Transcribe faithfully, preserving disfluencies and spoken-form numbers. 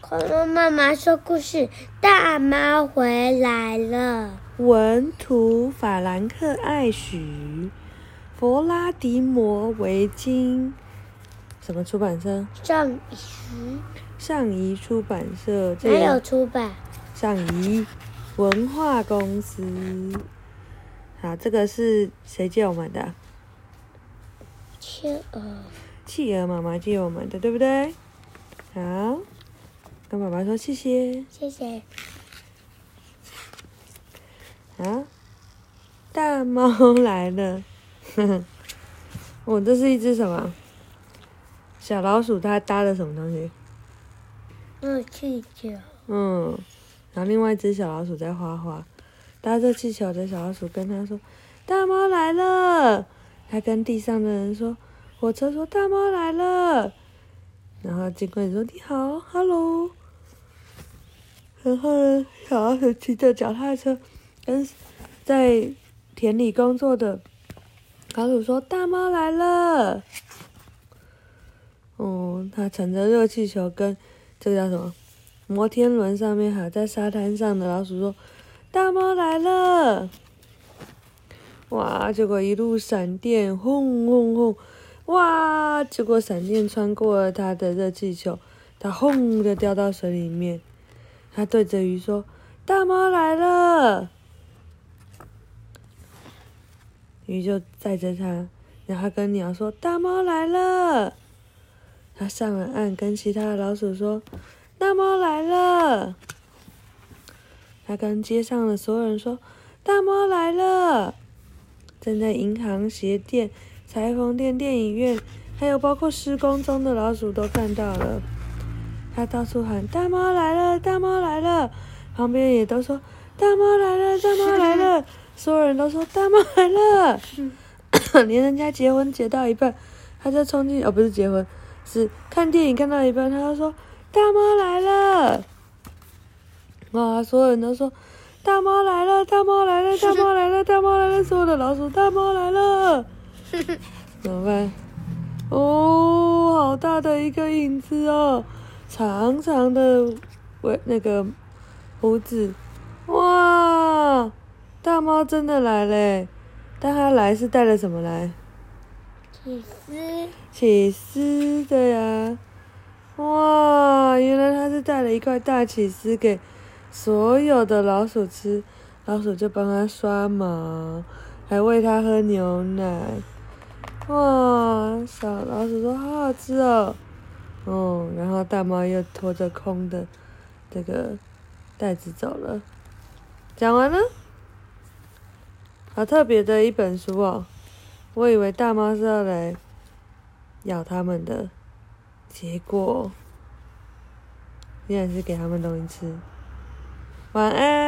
恐龙妈妈说故事，大猫回来了。 文图法兰克·艾许，弗拉迪摩·维金，什么出版社？ 上仪。 上仪出版社。 哪有出版？ 上仪文化公司。好，这个是谁借我们的？ 企鹅。 企鹅妈妈借我们的，对不对？好，跟爸爸说谢谢。 谢谢。 啊，大猫来了！呵呵，我这是一只什么小老鼠？它搭了什么东西？ 嗯，气球。 嗯，然后另外一只小老鼠在画画，搭着气球的小老鼠跟他说：“大猫来了。”他跟地上的人说：“火车说大猫来了。”然后经过人说：“你好 ，hello。”然后呢，小老鼠骑着脚踏车跟在田里工作的老鼠说：“大猫来了。”哦，他乘着热气球跟这个叫什么摩天轮上面还在沙滩上的老鼠说：“大猫来了。”哇！结果一路闪电，轰轰轰！哇！结果闪电穿过了他的热气球，他轰的掉到水里面。他对着鱼说：“大猫来了。”鱼就载着他，然后跟鸟说：“大猫来了。”他上了岸，跟其他的老鼠说：“大猫来了。”他跟街上的所有人说：“大猫来了。”正在银行、鞋店、裁缝店、电影院，还有包括施工中的老鼠都看到了。他到处喊：“大猫来了，大猫来了！”旁边也都说：“大猫来了，大猫来了！”所有人都说：“大猫来了！”连人家结婚结到一半，他就冲进，哦，不是结婚，是看电影看到一半，他就说：“大猫来了！”哇，所有人都说：“大猫来了，大猫来了，大猫来了，大猫来了！”所有的老鼠，大猫来了，怎么办？哦，好大的一个影子哦，长长的尾那个胡子，哇！大猫真的来嘞，但它来是带了什么来？ 起司。 起司的呀！哇，原来它是带了一块大起司给所有的老鼠吃，老鼠就帮它刷毛，还喂它喝牛奶。哇，小老鼠说好好吃哦。哦，然后大猫又拖着空的这个袋子走了。讲完了。好特别的一本书哦，我以为大猫是要来咬它们的，结果竟然是给它们东西吃。晚安。